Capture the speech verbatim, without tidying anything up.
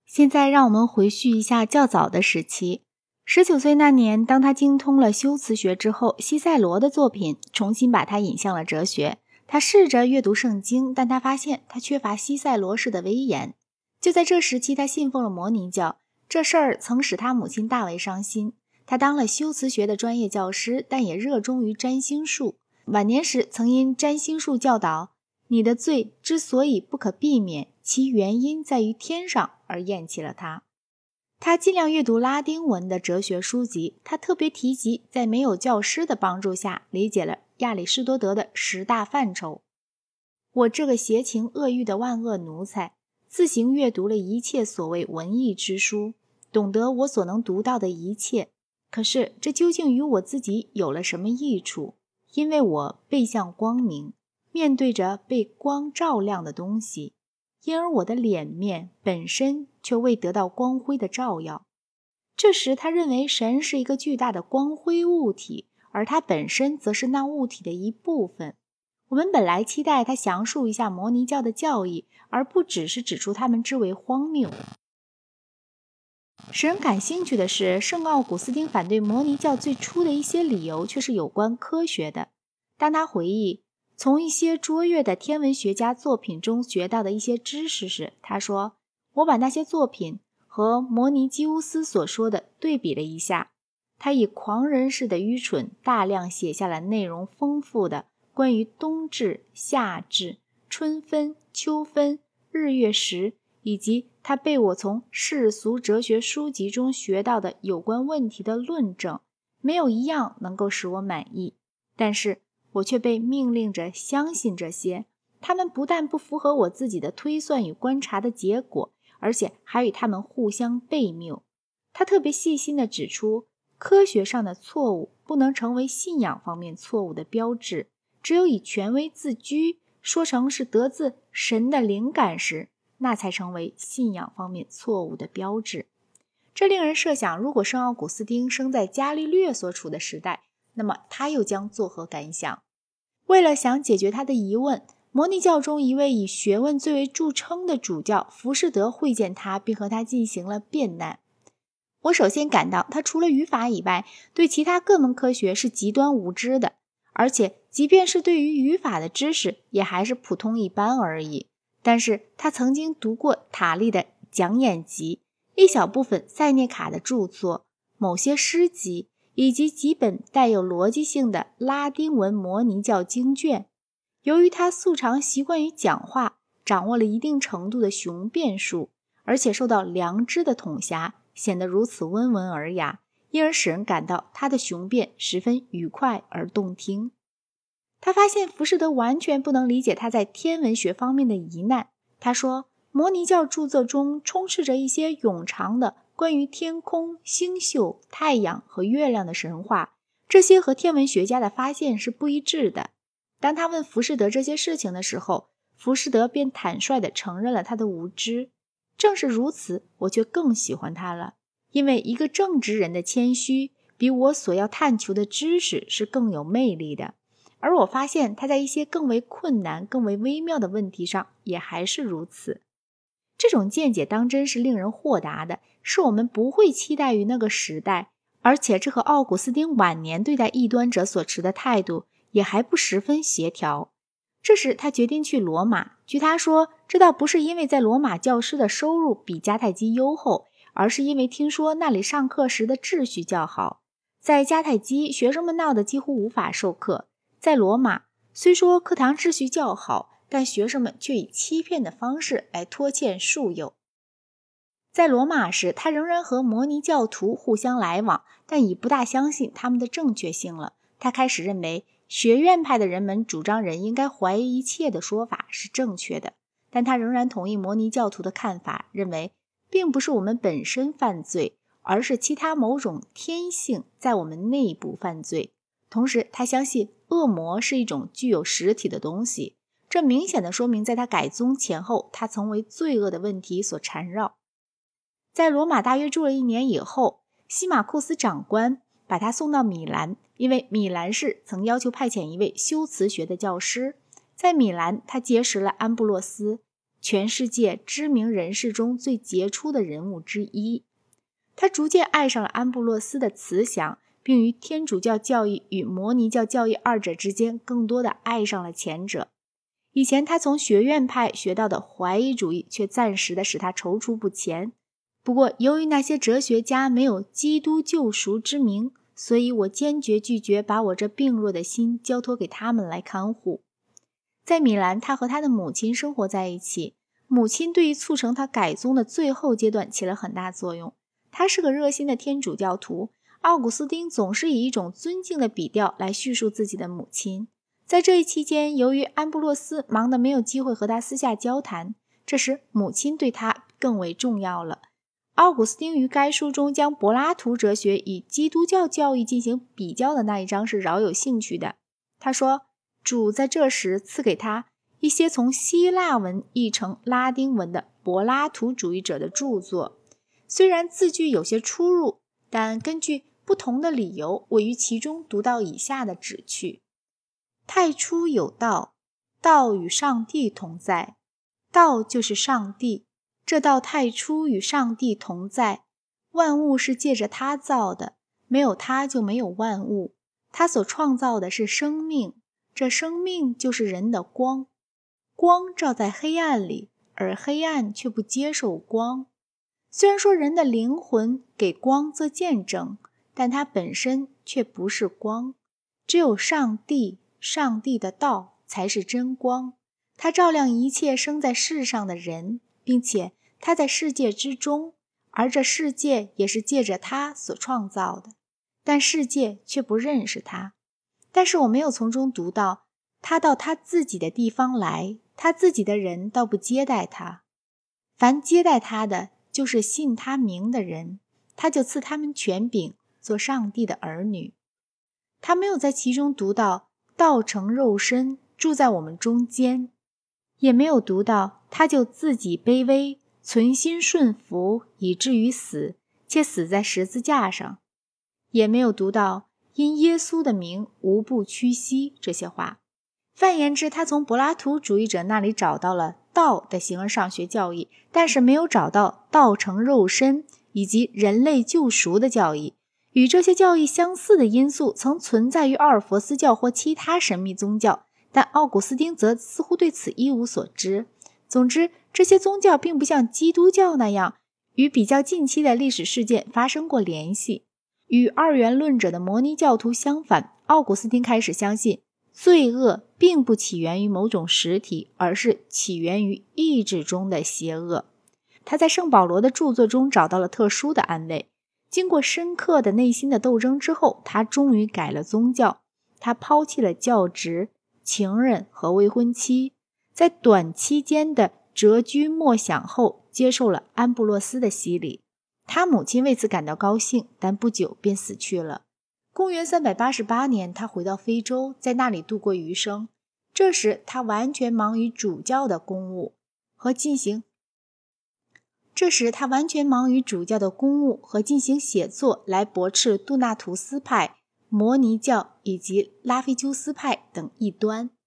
现在让我们回叙一下较早的时期。十九岁那年，当他精通了修辞学之后，西塞罗的作品重新把他引向了哲学。他试着阅读圣经，但他发现他缺乏西塞罗式的威严。就在这时期，他信奉了摩尼教，这事儿曾使他母亲大为伤心。他当了修辞学的专业教师，但也热衷于占星术。晚年时曾因占星术教导你的罪之所以不可避免，其原因在于天上，而厌弃了他。他尽量阅读拉丁文的哲学书籍，他特别提及在没有教师的帮助下理解了亚里士多德的十大范畴。我这个邪情恶欲的万恶奴才，自行阅读了一切所谓文艺之书，懂得我所能读到的一切。可是这究竟与我自己有了什么益处？因为我背向光明，面对着被光照亮的东西，因而我的脸面本身却未得到光辉的照耀。这时他认为神是一个巨大的光辉物体，而他本身则是那物体的一部分。我们本来期待他详述一下摩尼教的教义，而不只是指出他们之为荒谬。使人感兴趣的是，圣奥古斯丁反对摩尼教最初的一些理由却是有关科学的。当他回忆从一些卓越的天文学家作品中学到的一些知识时，他说，我把那些作品和摩尼基乌斯所说的对比了一下。他以狂人似的愚蠢大量写下了内容丰富的关于冬至、夏至、春分、秋分、日月食，以及他被我从世俗哲学书籍中学到的有关问题的论证，没有一样能够使我满意。但是我却被命令着相信这些，他们不但不符合我自己的推算与观察的结果，而且还与他们互相悖谬。他特别细心地指出，科学上的错误不能成为信仰方面错误的标志，只有以权威自居，说成是得自神的灵感时，那才成为信仰方面错误的标志。这令人设想，如果圣奥古斯丁生在伽利略所处的时代，那么他又将作何感想？为了想解决他的疑问，摩尼教中一位以学问最为著称的主教浮士德会见他，并和他进行了辩难。我首先感到他除了语法以外，对其他各门科学是极端无知的，而且即便是对于语法的知识，也还是普通一般而已。但是他曾经读过塔利的讲演集，一小部分塞涅卡的著作，某些诗集，以及几本带有逻辑性的拉丁文摩尼教经卷。由于他素常习惯于讲话，掌握了一定程度的雄辩术，而且受到良知的统辖，显得如此温文尔雅，因而使人感到他的雄辩十分愉快而动听。他发现浮士德完全不能理解他在天文学方面的疑难。他说，摩尼教著作中充斥着一些冗长的关于天空、星宿、太阳和月亮的神话，这些和天文学家的发现是不一致的。当他问浮士德这些事情的时候，浮士德便坦率地承认了他的无知。正是如此，我却更喜欢他了，因为一个正直人的谦虚比我所要探求的知识是更有魅力的。而我发现他在一些更为困难、更为微妙的问题上也还是如此。这种见解当真是令人豁达的，是我们不会期待于那个时代，而且这和奥古斯丁晚年对待异端者所持的态度也还不十分协调。这时他决定去罗马，据他说，这倒不是因为在罗马教师的收入比迦太基优厚，而是因为听说那里上课时的秩序较好。在迦太基，学生们闹得几乎无法授课，在罗马，虽说课堂秩序较好，但学生们却以欺骗的方式来拖欠束友。在罗马时，他仍然和摩尼教徒互相来往，但已不大相信他们的正确性了。他开始认为学院派的人们主张人应该怀疑一切的说法是正确的，但他仍然同意摩尼教徒的看法，认为并不是我们本身犯罪，而是其他某种天性在我们内部犯罪。同时他相信恶魔是一种具有实体的东西，这明显地说明在他改宗前后，他曾为罪恶的问题所缠绕。在罗马大约住了一年以后，西马库斯长官把他送到米兰，因为米兰市曾要求派遣一位修辞学的教师。在米兰，他结识了安布洛斯。 全世界知名人士中最杰出的人物之一。他逐渐爱上了安布洛斯的慈祥，并于天主教教义与摩尼教教义二者之间更多的爱上了前者。以前他从学院派学到的怀疑主义却暂时的使他踌躇不前。不过由于那些哲学家没有基督救赎之名，所以我坚决拒绝把我这病弱的心交托给他们来看护。在米兰，他和他的母亲生活在一起，母亲对于促成他改宗的最后阶段起了很大作用。他是个热心的天主教徒，奥古斯丁总是以一种尊敬的笔调来叙述自己的母亲。在这一期间，由于安布洛斯忙得没有机会和他私下交谈，这时母亲对他更为重要了。奥古斯丁于该书中将柏拉图哲学与基督教教义进行比较的那一章是饶有兴趣的。他说，主在这时赐给他一些从希腊文译成拉丁文的柏拉图主义者的著作，虽然字句有些出入，但根据不同的理由，我于其中读到以下的旨趣：太初有道，道与上帝同在，道就是上帝，这道太初与上帝同在，万物是借着他造的，没有他就没有万物，他所创造的是生命，这生命就是人的光，光照在黑暗里，而黑暗却不接受光。虽然说人的灵魂给光做见证，但它本身却不是光，只有上帝，上帝的道才是真光，它照亮一切生在世上的人，并且它在世界之中，而这世界也是借着它所创造的，但世界却不认识它。但是我没有从中读到，他到他自己的地方来，他自己的人倒不接待他，凡接待他的就是信他名的人，他就赐他们权柄，做上帝的儿女。他没有在其中读到道成肉身，住在我们中间，也没有读到他就自己卑微，存心顺服，以至于死，且死在十字架上，也没有读到因耶稣的名无不屈膝这些话。泛言之，他从柏拉图主义者那里找到了道的形而上学教义，但是没有找到道成肉身以及人类救赎的教义。与这些教义相似的因素曾存在于奥尔佛斯教或其他神秘宗教，但奥古斯丁则似乎对此一无所知。总之，这些宗教并不像基督教那样与比较近期的历史事件发生过联系。与二元论者的摩尼教徒相反，奥古斯丁开始相信罪恶并不起源于某种实体，而是起源于意志中的邪恶。他在圣保罗的著作中找到了特殊的安慰。经过深刻的内心的斗争之后，他终于改了宗教。他抛弃了教职、情人和未婚妻，在短期间的谪居默想后，接受了安布洛斯的洗礼。他母亲为此感到高兴，但不久便死去了。公元三百八十八年，他回到非洲，在那里度过余生。这时他完全忙于主教的公务和进行这时他完全忙于主教的公务和进行写作，来驳斥杜纳图斯派、摩尼教以及拉菲鸠斯派等异端。